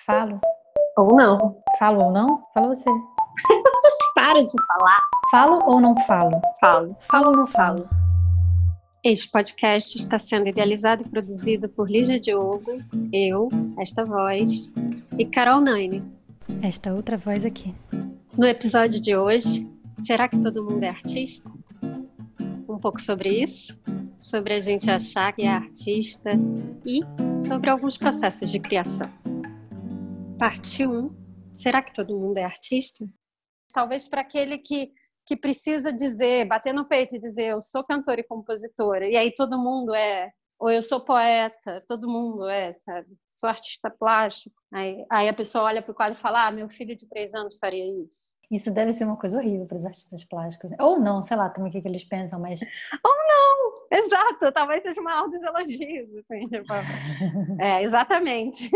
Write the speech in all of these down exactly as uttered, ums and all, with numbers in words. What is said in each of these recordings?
Falo? Ou não. Falo ou não? Fala você. Para de falar. Falo ou não falo? Falo. Falo ou não falo? Este podcast está sendo idealizado e produzido por Lígia Diogo, eu, esta voz, e Carol Naine. Esta outra voz aqui. No episódio de hoje, será que todo mundo é artista? Um pouco sobre isso, sobre a gente achar que é artista e sobre alguns processos de criação. Parte um. Será que todo mundo é artista? Talvez para aquele que, que precisa dizer, bater no peito e dizer eu sou cantora e compositora, e aí todo mundo é, ou eu sou poeta, todo mundo é, sabe? Sou artista plástico. Aí, aí a pessoa olha para o quadro e fala, ah, meu filho de três anos faria isso. Isso deve ser uma coisa horrível para os artistas plásticos. Ou não, sei lá também o que, que eles pensam, mas... Ou não! Exato! Talvez seja uma ordem de elogios. Assim, tipo... É, exatamente.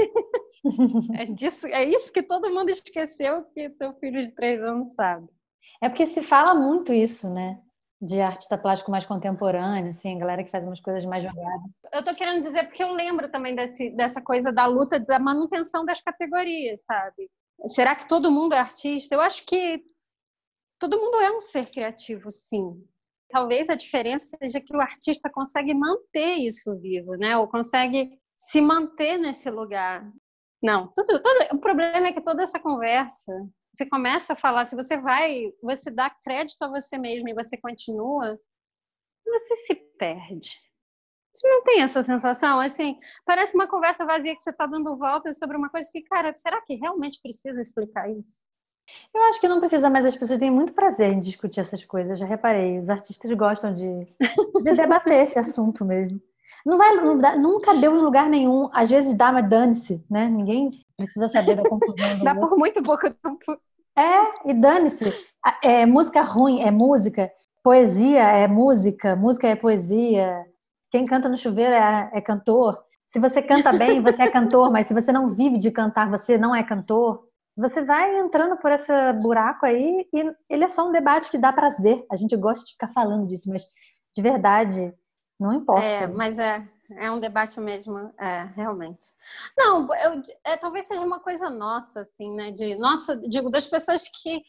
É, disso, é isso que todo mundo esqueceu que teu filho de três anos sabe. É porque se fala muito isso, né? De artista plástico mais contemporâneo, assim, a galera que faz umas coisas mais jogadas. Eu tô querendo dizer porque eu lembro também desse, dessa coisa da luta, da manutenção das categorias, sabe? Será que todo mundo é artista? Eu acho que todo mundo é um ser criativo, sim. Talvez a diferença seja que o artista consegue manter isso vivo, né? Ou consegue se manter nesse lugar. Não, tudo, tudo, o problema é que toda essa conversa, você começa a falar, se você vai, você dá crédito a você mesmo e você continua, você se perde. Você não tem essa sensação? Assim, parece uma conversa vazia que você está dando voltas sobre uma coisa que, cara, será que realmente precisa explicar isso? Eu acho que não precisa, mas as pessoas têm muito prazer em discutir essas coisas, eu já reparei. Os artistas gostam de, de debater esse assunto mesmo. Não vai, não dá, nunca deu em lugar nenhum. Às vezes dá, mas dane-se, né? Ninguém precisa saber da conclusão do Dá outro. por muito pouco tempo. É, e dane-se. É, música ruim é música, poesia é música, música é poesia. Quem canta no chuveiro é, é cantor. Se você canta bem, você é cantor, mas se você não vive de cantar, você não é cantor. Você vai entrando por esse buraco aí e ele é só um debate que dá prazer. A gente gosta de ficar falando disso, mas de verdade, não importa. É, mas é, é um debate mesmo, é, realmente. Não, eu, é, talvez seja uma coisa nossa, assim, né? De, nossa, digo, das pessoas que...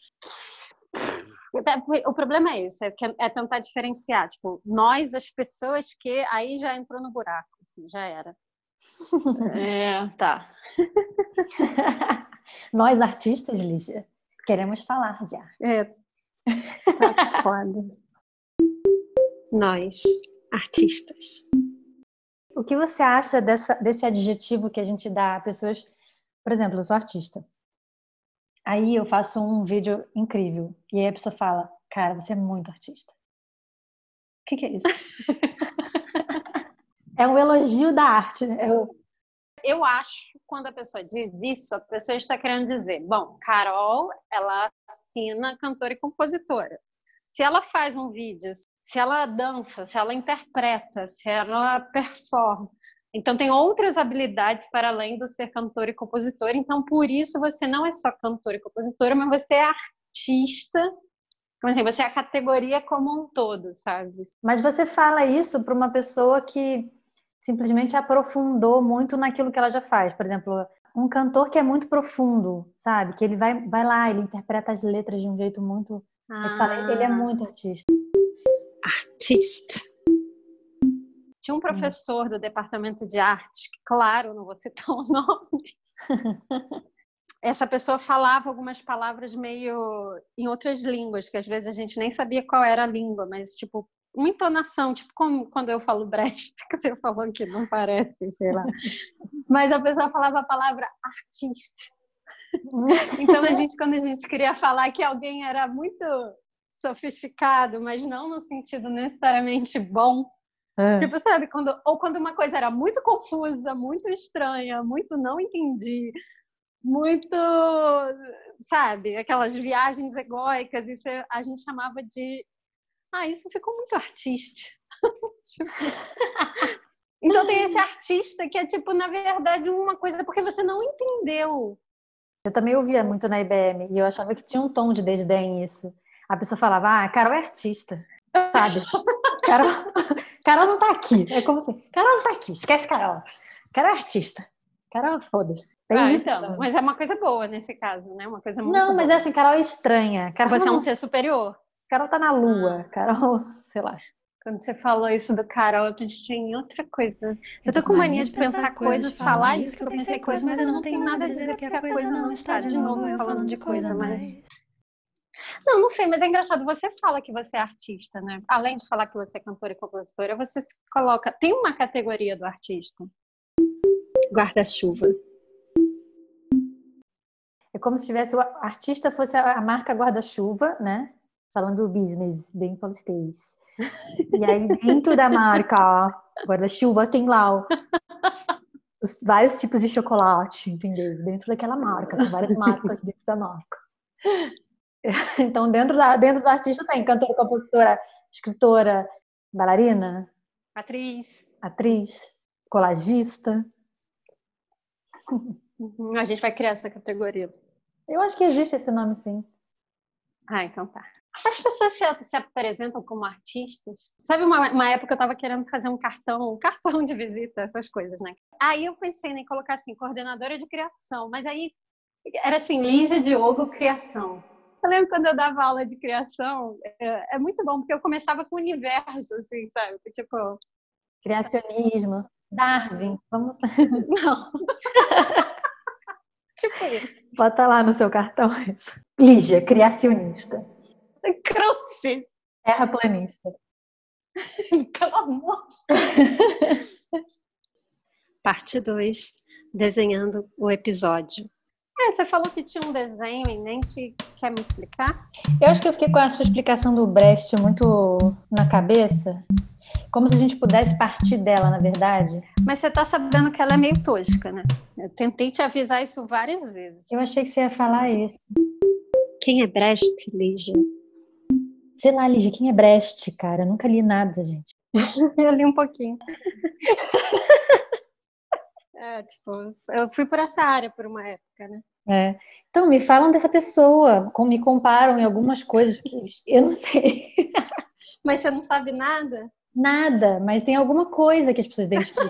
O problema é isso, é, é tentar diferenciar. Tipo, nós, as pessoas que... Aí já entrou no buraco, assim, já era. É, tá. Nós, artistas, Lígia, queremos falar de arte. É, tá foda. Nós, artistas. O que você acha dessa, desse adjetivo que a gente dá a pessoas... Por exemplo, eu sou artista. Aí eu faço um vídeo incrível. E aí a pessoa fala, cara, você é muito artista. O que, que é isso? É um elogio da arte, né? Eu... eu acho que quando a pessoa diz isso, a pessoa está querendo dizer, bom, Carol, ela assina cantora e compositora. Se ela faz um vídeo, se ela dança, se ela interpreta, se ela performa, então tem outras habilidades para além do ser cantora e compositora, então por isso você não é só cantora e compositora, mas você é artista, como assim, você é a categoria como um todo, sabe? Mas você fala isso para uma pessoa que simplesmente aprofundou muito naquilo que ela já faz. Por exemplo, um cantor que é muito profundo, sabe? Que ele vai, vai lá, ele interpreta as letras de um jeito muito... Ah. Você fala, ele é muito artista. Artista. Tinha um professor do departamento de arte, que, claro, não vou citar o nome. Essa pessoa falava algumas palavras meio em outras línguas, que às vezes a gente nem sabia qual era a língua, mas tipo, uma entonação, tipo como quando eu falo Brecht, que você falou que não parece, sei lá. Mas a pessoa falava a palavra artista. Então a gente, quando a gente queria falar que alguém era muito sofisticado, mas não no sentido necessariamente bom, é. Tipo, sabe, quando, ou quando uma coisa era muito confusa, muito estranha, muito não entendi, muito, sabe, aquelas viagens egóicas, isso a gente chamava de, ah, isso ficou muito artista. Tipo... Então tem esse artista que é, tipo, na verdade, uma coisa, porque você não entendeu. Eu também ouvia muito na I B M e eu achava que tinha um tom de desdém isso. A pessoa falava, ah, Carol é artista, sabe? Carol, Carol não tá aqui. É como assim, Carol não tá aqui, esquece Carol. Carol é artista. Carol, foda-se. Tem ah, isso. então. Mas é uma coisa boa nesse caso, né? Uma coisa muito Não, mas boa. é assim, Carol é estranha. Carol Você é não... um ser superior. Carol tá na lua. Carol, sei lá. Quando você falou isso do Carol, eu pensei em outra coisa. Eu tô com mania de pensar coisas, falar isso, que eu pensei coisas, mas eu não tenho nada a dizer porque a coisa não está de novo eu falando de coisa, mas... Não, não sei, mas é engraçado. Você fala que você é artista, né? Além de falar que você é cantora e compositora, você se coloca... Tem uma categoria do artista. Guarda-chuva. É como se tivesse o artista fosse a marca guarda-chuva, né? Falando business, bem paulistês. E aí, dentro da marca ó, guarda-chuva, tem lá ó, os vários tipos de chocolate, entendeu? Dentro daquela marca. São várias marcas dentro da marca. Então, dentro, da, dentro do artista tem cantora, compositora, escritora, bailarina, atriz, atriz, colagista. Uhum, a gente vai criar essa categoria. Eu acho que existe esse nome, sim. Ah, então tá. As pessoas se, se apresentam como artistas. Sabe, uma, uma época eu estava querendo fazer um cartão, um cartão de visita, essas coisas, né? Aí eu pensei em colocar assim, coordenadora de criação, mas aí era assim, Lígia Diogo Criação. Eu lembro quando eu dava aula de criação, é, é muito bom, porque eu começava com o universo, assim, sabe? Tipo... Criacionismo, Darwin. Vamos... Não. Tipo isso. Bota lá no seu cartão isso. Lígia, criacionista. Crucis. Terraplanista. Pelo amor. Parte dois. Desenhando o episódio. É, você falou que tinha um desenho em mente. Quer me explicar? Eu acho que eu fiquei com a sua explicação do Brecht muito na cabeça. Como se a gente pudesse partir dela, na verdade. Mas você tá sabendo que ela é meio tosca, né? Eu tentei te avisar isso várias vezes. Eu achei que você ia falar isso. Quem é Brecht, Lígia? Sei lá, Lígia, quem é Brecht, cara? Eu nunca li nada, gente. Eu li um pouquinho. É, tipo, eu fui por essa área por uma época, né? É. Então, me falam dessa pessoa, me comparam em algumas coisas que eu não sei. Mas você não sabe nada? Nada, mas tem alguma coisa que as pessoas identificam.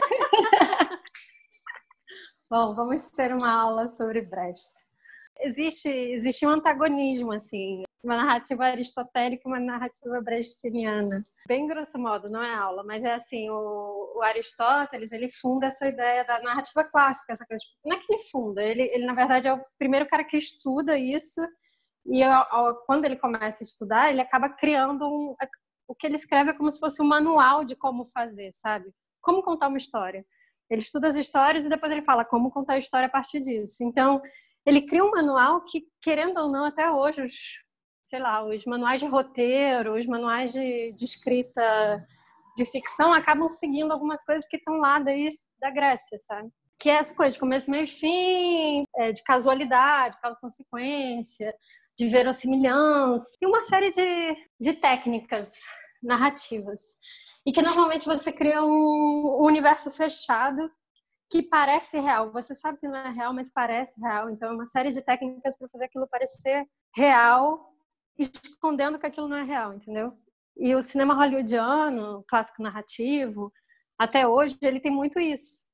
Bom, vamos ter uma aula sobre Brecht. Existe, existe um antagonismo, assim, uma narrativa aristotélica e uma narrativa brechtiana. Bem grosso modo, não é aula, mas é assim, o, o Aristóteles, ele funda essa ideia da narrativa clássica, essa coisa, não é que ele funda, ele, ele na verdade é o primeiro cara que estuda isso e ao, ao, quando ele começa a estudar, ele acaba criando um, o que ele escreve é como se fosse um manual de como fazer, sabe? Como contar uma história. Ele estuda as histórias e depois ele fala como contar a história a partir disso. Então, ele cria um manual que, querendo ou não, até hoje, os, sei lá, os manuais de roteiro, os manuais de, de escrita de ficção acabam seguindo algumas coisas que estão lá desde da Grécia, sabe? Que é essa coisa de começo, meio e fim, de casualidade, causa-consequência, de verossimilhança, e uma série de, de técnicas narrativas. E que normalmente você cria um universo fechado que parece real. Você sabe que não é real, mas parece real. Então, é uma série de técnicas para fazer aquilo parecer real, escondendo que aquilo não é real, entendeu? E o cinema hollywoodiano, o clássico narrativo, até hoje, ele tem muito isso.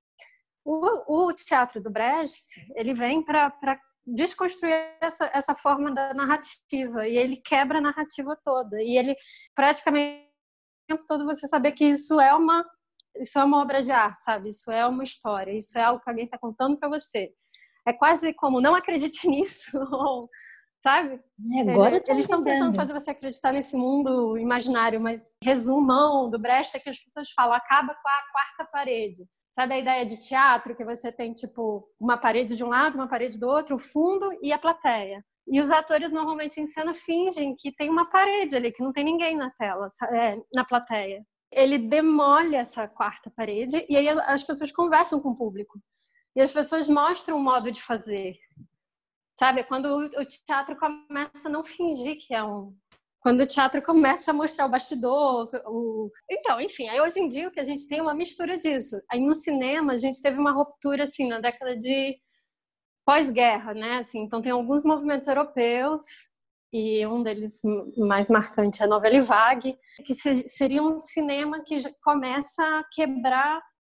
O, o teatro do Brecht, ele vem para desconstruir essa, essa forma da narrativa, e ele quebra a narrativa toda. E ele, praticamente, o tempo todo você saber que isso é uma isso é uma obra de arte, sabe? Isso é uma história, isso é algo que alguém está contando para você. É quase como, não acredite nisso, ou, sabe? Agora Ele, eles estão tentando fazer você acreditar nesse mundo imaginário, mas resumão do Brecht é que as pessoas falam, acaba com a quarta parede. Sabe a ideia de teatro, que você tem, tipo, uma parede de um lado, uma parede do outro, o fundo e a plateia. E os atores, normalmente, em cena, fingem que tem uma parede ali, que não tem ninguém na tela, é, na plateia. Ele demole essa quarta parede e aí as pessoas conversam com o público. E as pessoas mostram o modo de fazer. Sabe? Quando o teatro começa a não fingir que é um... Quando o teatro começa a mostrar o bastidor. O... Então, enfim, aí hoje em dia o que a gente tem é uma mistura disso. Aí no cinema a gente teve uma ruptura, assim, na década de pós-guerra, né? Assim, então tem alguns movimentos europeus e um deles mais marcante é a Nouvelle Vague, que seria um cinema que começa a quebrar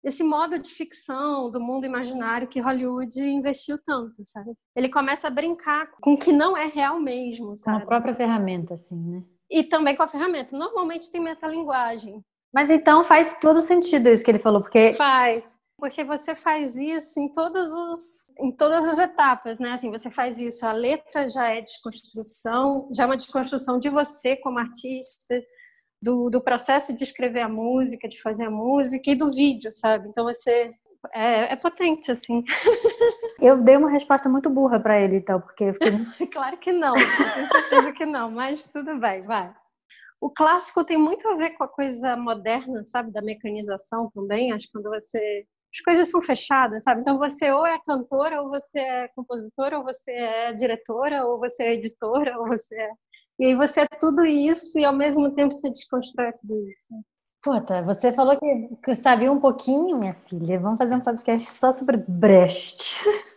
esse modo de ficção do mundo imaginário que Hollywood investiu tanto, sabe? Ele começa a brincar com o que não é real mesmo, sabe? Com a própria ferramenta, assim, né? E também com a ferramenta. Normalmente tem metalinguagem. Mas então faz todo sentido isso que ele falou, porque... Faz. Porque você faz isso em todos os, em todas as etapas, né? Assim, você faz isso, a letra já é desconstrução, já é uma desconstrução de você como artista, do, do processo de escrever a música, de fazer a música e do vídeo, sabe? Então você é, é potente, assim. Eu dei uma resposta muito burra pra ele, então, porque eu fiquei... Claro que não, eu tenho certeza que não, mas tudo bem, vai. O clássico tem muito a ver com a coisa moderna, sabe? Da mecanização também, acho que quando você... As coisas são fechadas, sabe? Então você ou é cantora, ou você é compositora, ou você é diretora, ou você é editora, ou você é... E aí você é tudo isso e ao mesmo tempo você desconstrói tudo isso. Puta, você falou que, que sabia um pouquinho, minha filha. Vamos fazer um podcast só sobre Brecht.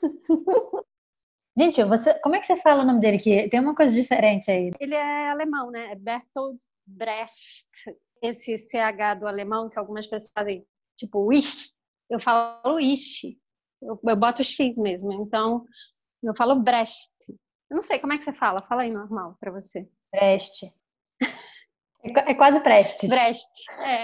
Gente, você, como é que você fala o nome dele? Que tem uma coisa diferente aí. Ele é alemão, né? É Bertolt Brecht. Esse C H do alemão que algumas pessoas fazem, tipo, ich. Eu falo ich. Eu, eu boto X mesmo. Então, eu falo Brecht. Eu não sei, como é que você fala? Fala aí normal pra você. Brecht. É, é quase Prestes. Brecht, é.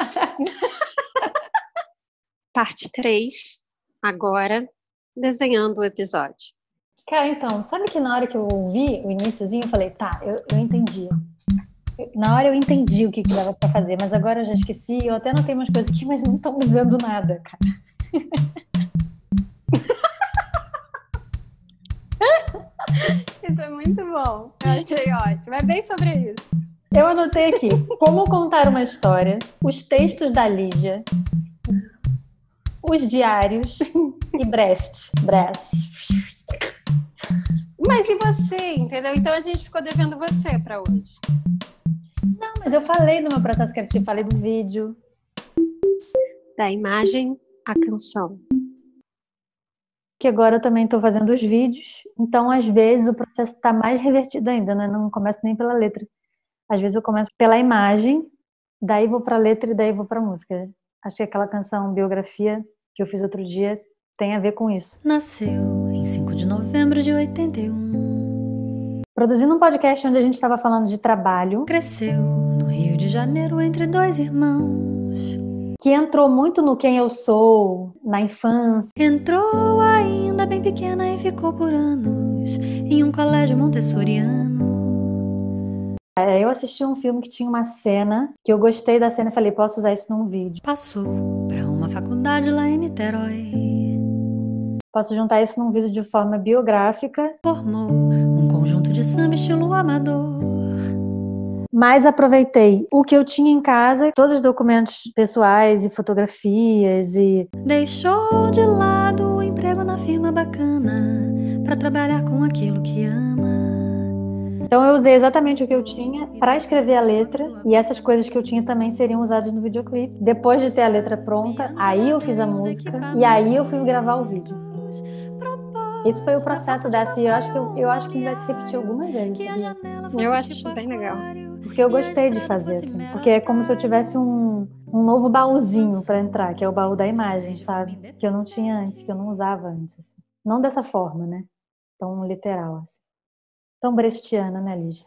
Parte três, agora, desenhando o episódio. Cara, então, sabe que na hora que eu ouvi o iniciozinho, eu falei, tá, eu, eu entendi. Eu, na hora eu entendi o que, que dava pra fazer, mas agora eu já esqueci, eu até anotei umas coisas aqui, mas não estão dizendo nada, cara. Isso é muito bom. Eu achei ótimo. É bem sobre isso. Eu anotei aqui, como contar uma história, os textos da Lígia, os diários e Brecht. Brecht. Mas e você, entendeu? Então a gente ficou devendo você para hoje. Não, mas eu falei do meu processo criativo, falei do vídeo. Da imagem à canção. Que agora eu também estou fazendo os vídeos, então às vezes o processo está mais revertido ainda, né? Não começo nem pela letra. Às vezes eu começo pela imagem, daí vou para a letra e daí vou para a música. Acho que aquela canção Biografia que eu fiz outro dia tem a ver com isso. Nasceu em cinco de novembro de oitenta e um. Produzindo um podcast onde a gente estava falando de trabalho. Cresceu no Rio de Janeiro entre dois irmãos. Que entrou muito no quem eu sou, na infância. Entrou ainda bem pequena e ficou por anos em um colégio montessoriano. Eu assisti um filme que tinha uma cena, que eu gostei da cena e falei, posso usar isso num vídeo. Passou para uma faculdade lá em Niterói. Posso juntar isso num vídeo de forma biográfica. Formou um conjunto de samba estilo amador. Mas aproveitei o que eu tinha em casa, todos os documentos pessoais e fotografias e... Deixou de lado o emprego na firma bacana para trabalhar com aquilo que ama. Então eu usei exatamente o que eu tinha para escrever a letra e essas coisas que eu tinha também seriam usadas no videoclipe. Depois de ter a letra pronta, aí eu fiz a música e aí eu fui gravar o vídeo. Esse foi o processo dessa e eu acho que, eu, eu acho que vai se repetir algumas vezes. Sabia? Eu acho bem legal. Porque eu gostei de fazer assim, porque é como se eu tivesse um, um novo baúzinho para entrar, que é o baú da imagem, sabe? Que eu não tinha antes, que eu não usava antes. Assim. Não dessa forma, né? Tão literal, assim. Tão brechtiana, né, Lígia?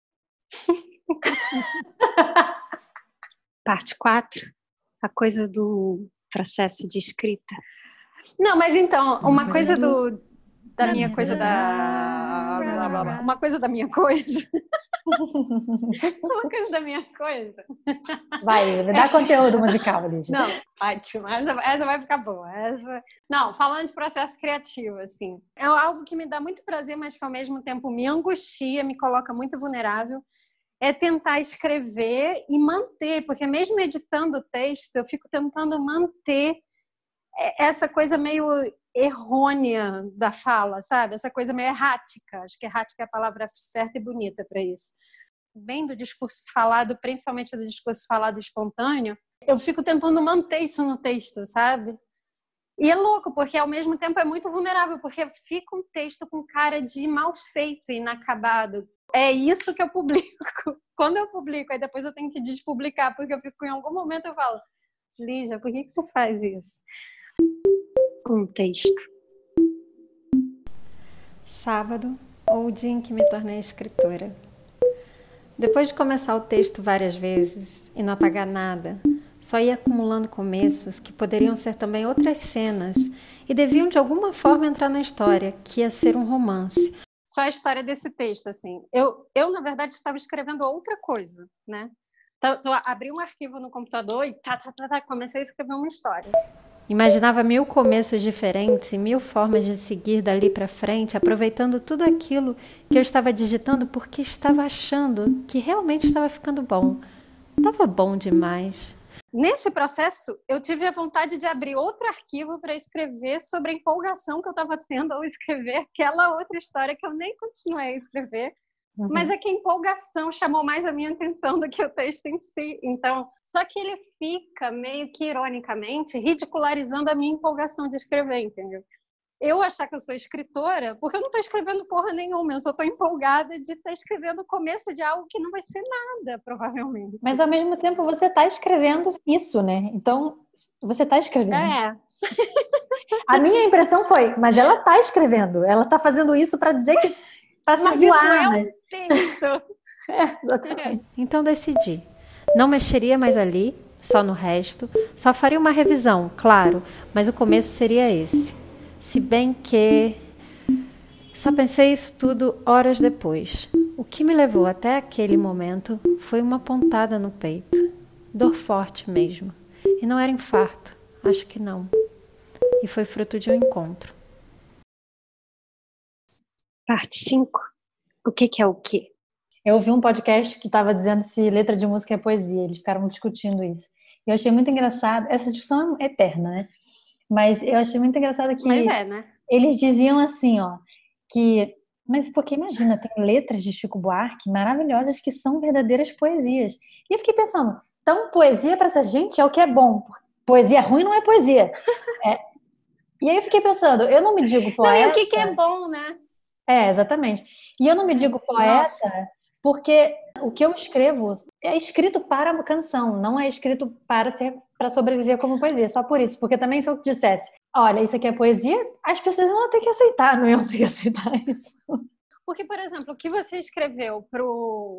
Parte quatro, a coisa do processo de escrita. Não, mas então, uma, uma coisa, coisa do, do da, da minha coisa da... Blá, blá, blá. Uma coisa da minha coisa... Uma coisa da minha coisa. Vai, me dá conteúdo musical, Lígia. Não, ótimo. Essa, essa vai ficar boa. Essa... Não, falando de processo criativo, assim. É algo que me dá muito prazer, mas que ao mesmo tempo me angustia, me coloca muito vulnerável. É tentar escrever e manter, porque mesmo editando o texto, eu fico tentando manter essa coisa meio errônea da fala, sabe? Essa coisa meio errática. Acho que errática é a palavra certa e bonita para isso. Bem do discurso falado, principalmente do discurso falado espontâneo, eu fico tentando manter isso no texto, sabe? E é louco, porque ao mesmo tempo é muito vulnerável, porque fica um texto com cara de mal feito, inacabado. É isso que eu publico. Quando eu publico, aí depois eu tenho que despublicar, porque eu fico em algum momento eu falo, Lígia, por que, que você faz isso? Um texto. Sábado, ou o dia em que me tornei escritora. Depois de começar o texto várias vezes e não apagar nada, só ia acumulando começos que poderiam ser também outras cenas e deviam de alguma forma entrar na história, que ia ser um romance. Só a história desse texto, assim. Eu, eu na verdade, estava escrevendo outra coisa, né? Então, eu abri um arquivo no computador e tá, tá, tá, tá, comecei a escrever uma história. Imaginava mil começos diferentes e mil formas de seguir dali para frente, aproveitando tudo aquilo que eu estava digitando porque estava achando que realmente estava ficando bom. Estava bom demais. Nesse processo, eu tive a vontade de abrir outro arquivo para escrever sobre a empolgação que eu estava tendo ao escrever aquela outra história que eu nem continuei a escrever. Uhum. Mas é que a empolgação chamou mais a minha atenção do que o texto em si. Então, só que ele fica meio que ironicamente ridicularizando a minha empolgação de escrever, entendeu? Eu achar que eu sou escritora, porque eu não estou escrevendo porra nenhuma, eu só estou empolgada de estar escrevendo o começo de algo que não vai ser nada, provavelmente. Mas ao mesmo tempo você está escrevendo isso, né? Então, você está escrevendo. É. A minha impressão foi, mas ela está escrevendo, ela está fazendo isso para dizer que para mas se voar, isso é né? um texto. É, exatamente. Então decidi. Não mexeria mais ali, só no resto. Só faria uma revisão, claro, mas o começo seria esse. Se bem que... Só pensei isso tudo horas depois. O que me levou até aquele momento foi uma pontada no peito. Dor forte mesmo. E não era infarto. Acho que não. E foi fruto de um encontro. Parte cinco. O que, que é o quê? Eu ouvi um podcast que estava dizendo se letra de música é poesia. Eles ficaram discutindo isso. Eu achei muito engraçado. Essa discussão é eterna, né? Mas eu achei muito engraçado que Mas é, né? Eles diziam assim, ó, que... Mas porque imagina, tem letras de Chico Buarque maravilhosas que são verdadeiras poesias. E eu fiquei pensando, então poesia para essa gente é o que é bom. Poesia ruim não é poesia. É. E aí eu fiquei pensando, eu não me digo poeta... Não, e o que, que é bom, né? É, exatamente. E eu não me digo poeta Nossa. Porque o que eu escrevo é escrito para uma canção, não é escrito para ser para sobreviver como poesia, só por isso. Porque também se eu dissesse, olha, isso aqui é poesia, as pessoas vão ter que aceitar, não iam ter que aceitar isso. Porque, por exemplo, o que você escreveu pro...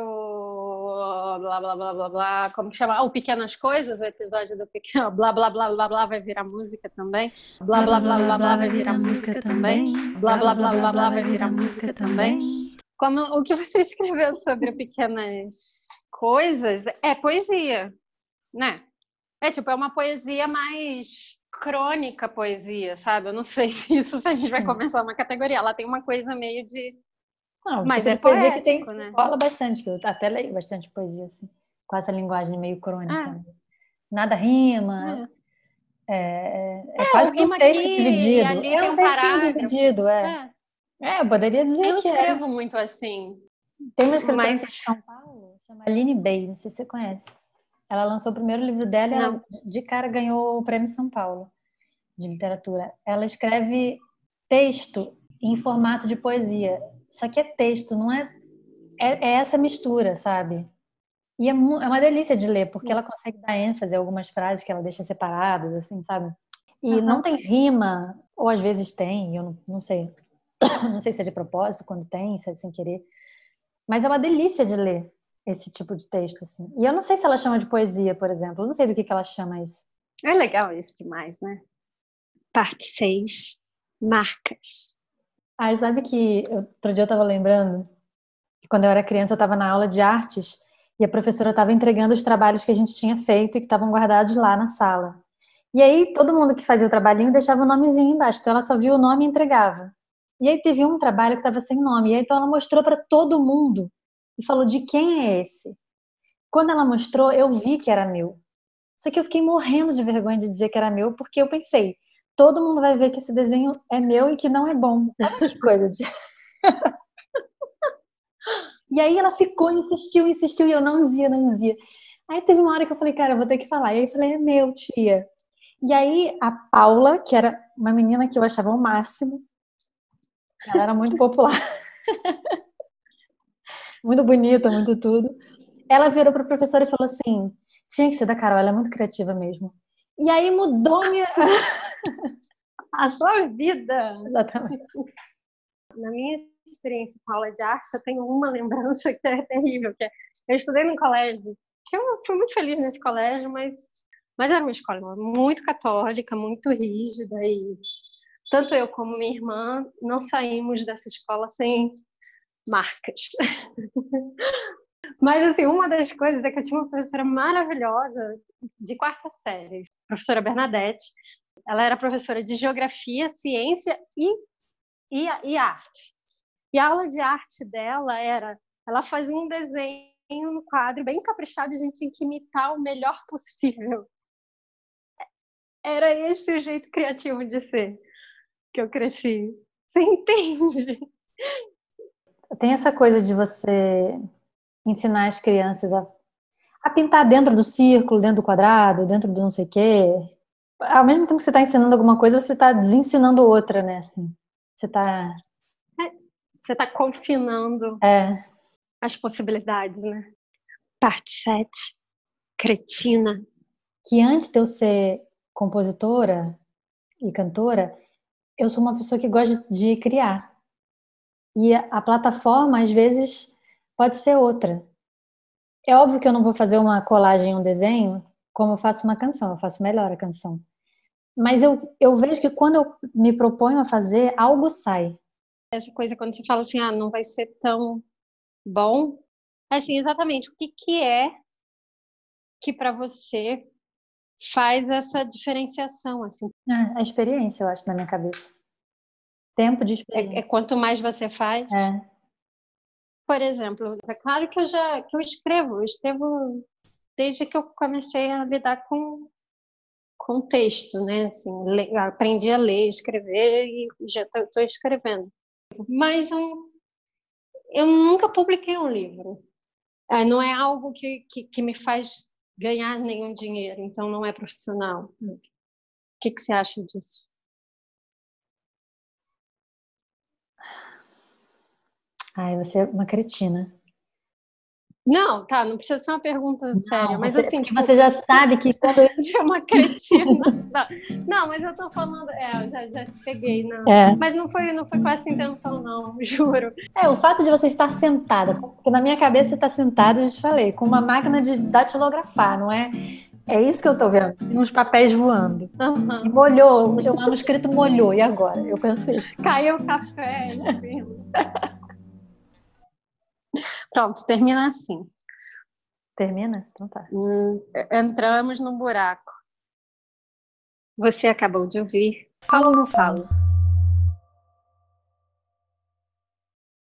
pro blá blá blá blá blá, como que chama? O Pequenas Coisas, o episódio do Pequeno blá blá blá blá blá vai virar música também. Blá blá blá blá blá vai virar música também. Blá blá blá blá blá vai virar música também. Como o que você escreveu sobre Pequenas Coisas é poesia, né? É tipo, é uma poesia mais crônica poesia, sabe? Eu não sei se isso se a gente vai começar uma categoria. Ela tem uma coisa meio de Não, mas tipo é de poesia poético, que tem, né? rola bastante, que eu até leio bastante poesia, assim, com essa linguagem meio crônica. Ah. Nada rima, é, é, é, é quase um que um texto aqui, dividido. E ali é tem um um textinho parágrafo. dividido, é. é. É, eu poderia dizer eu que Eu escrevo é. muito assim. Tem uma escritora mas... de São Paulo, chama Aline Bey, não sei se você conhece. Ela lançou o primeiro livro dela e ela, de cara, ganhou o Prêmio São Paulo de literatura. Ela escreve texto em formato de poesia. Só que é texto, não é... É, é essa mistura, sabe? E é, é uma delícia de ler, porque ela consegue dar ênfase a algumas frases que ela deixa separadas, assim, sabe? E uhum. não tem rima, ou às vezes tem, eu não, não sei. Não sei se é de propósito, quando tem, se é sem querer. Mas é uma delícia de ler esse tipo de texto, assim. E eu não sei se ela chama de poesia, por exemplo. Eu não sei do que, que ela chama isso. É legal isso demais, né? Parte seis. Marcas. Ah, sabe que outro dia eu tava lembrando que quando eu era criança eu tava na aula de artes e a professora estava entregando os trabalhos que a gente tinha feito e que estavam guardados lá na sala. E aí todo mundo que fazia o trabalhinho deixava o nomezinho embaixo, então ela só via o nome e entregava. E aí teve um trabalho que estava sem nome, e aí então ela mostrou para todo mundo e falou, de quem é esse? Quando ela mostrou, eu vi que era meu. Só que eu fiquei morrendo de vergonha de dizer que era meu, porque eu pensei, todo mundo vai ver que esse desenho é meu e que não é bom. Olha que coisa de... E aí ela ficou, insistiu, insistiu, e eu não dizia, não dizia. Aí teve uma hora que eu falei, cara, eu vou ter que falar. E aí eu falei, é meu, tia. E aí a Paula, que era uma menina que eu achava o máximo, ela era muito popular, muito bonita, muito tudo. Ela virou para a professora e falou assim, Tinha que ser da Carol, ela é muito criativa mesmo. E aí mudou minha... a sua vida. Exatamente. Na minha experiência com aula de arte, eu tenho uma lembrança que é terrível, que é, eu estudei num colégio, que eu fui muito feliz nesse colégio, mas, mas era uma escola muito católica, muito rígida, e tanto eu como minha irmã não saímos dessa escola sem marcas. Mas, assim, uma das coisas é que eu tinha uma professora maravilhosa de quarta série, a professora Bernadette. Ela era professora de geografia, ciência e, e, e arte. E a aula de arte dela era... Ela fazia um desenho no quadro bem caprichado e a gente tinha que imitar o melhor possível. Era esse o jeito criativo de ser que eu cresci. Você entende? Tem essa coisa de você ensinar as crianças a, a pintar dentro do círculo, dentro do quadrado, dentro do não sei o quê. Ao mesmo tempo que você está ensinando alguma coisa, você está desensinando outra, né? Assim, você está... É, você está confinando é. as possibilidades, né? Parte sete. Cretina. Que antes de eu ser compositora e cantora, eu sou uma pessoa que gosta de criar. E a plataforma, às vezes, pode ser outra. É óbvio que eu não vou fazer uma colagem, um desenho, como eu faço uma canção, eu faço melhor a canção. Mas eu, eu vejo que quando eu me proponho a fazer, algo sai. Essa coisa quando você fala assim, ah, não vai ser tão bom. Assim, exatamente, o que, que é que para você faz essa diferenciação, assim? É, a experiência, eu acho, na minha cabeça. Tempo de experiência. É, é quanto mais você faz. É. Por exemplo, é claro que eu já que eu escrevo, eu escrevo desde que eu comecei a lidar com com texto, né? Assim, le, aprendi a ler, escrever e já estou escrevendo. Mas um, eu nunca publiquei um livro. É, não é algo que, que, que me faz ganhar nenhum dinheiro, então não é profissional. O que, que você acha disso? Ai, você é uma cretina. Não, tá, não precisa ser uma pergunta Não, séria, mas você, assim, tipo... Você já sabe que quando eu... é uma cretina. Não, não, mas eu tô falando... É, eu já, já te peguei, não. É. Mas não foi, não foi com essa intenção, não, juro. É, o fato de você estar sentada, porque na minha cabeça você está sentada, eu te falei, com uma máquina de datilografar, não é? É isso que eu tô vendo. Tem uns papéis voando. Uhum. E molhou, o teu manuscrito molhou, e agora? Eu penso isso. Caiu o café, enfim. Pronto, termina assim. Termina? Então tá. Hum, entramos no buraco. Você acabou de ouvir Falo ou não falo?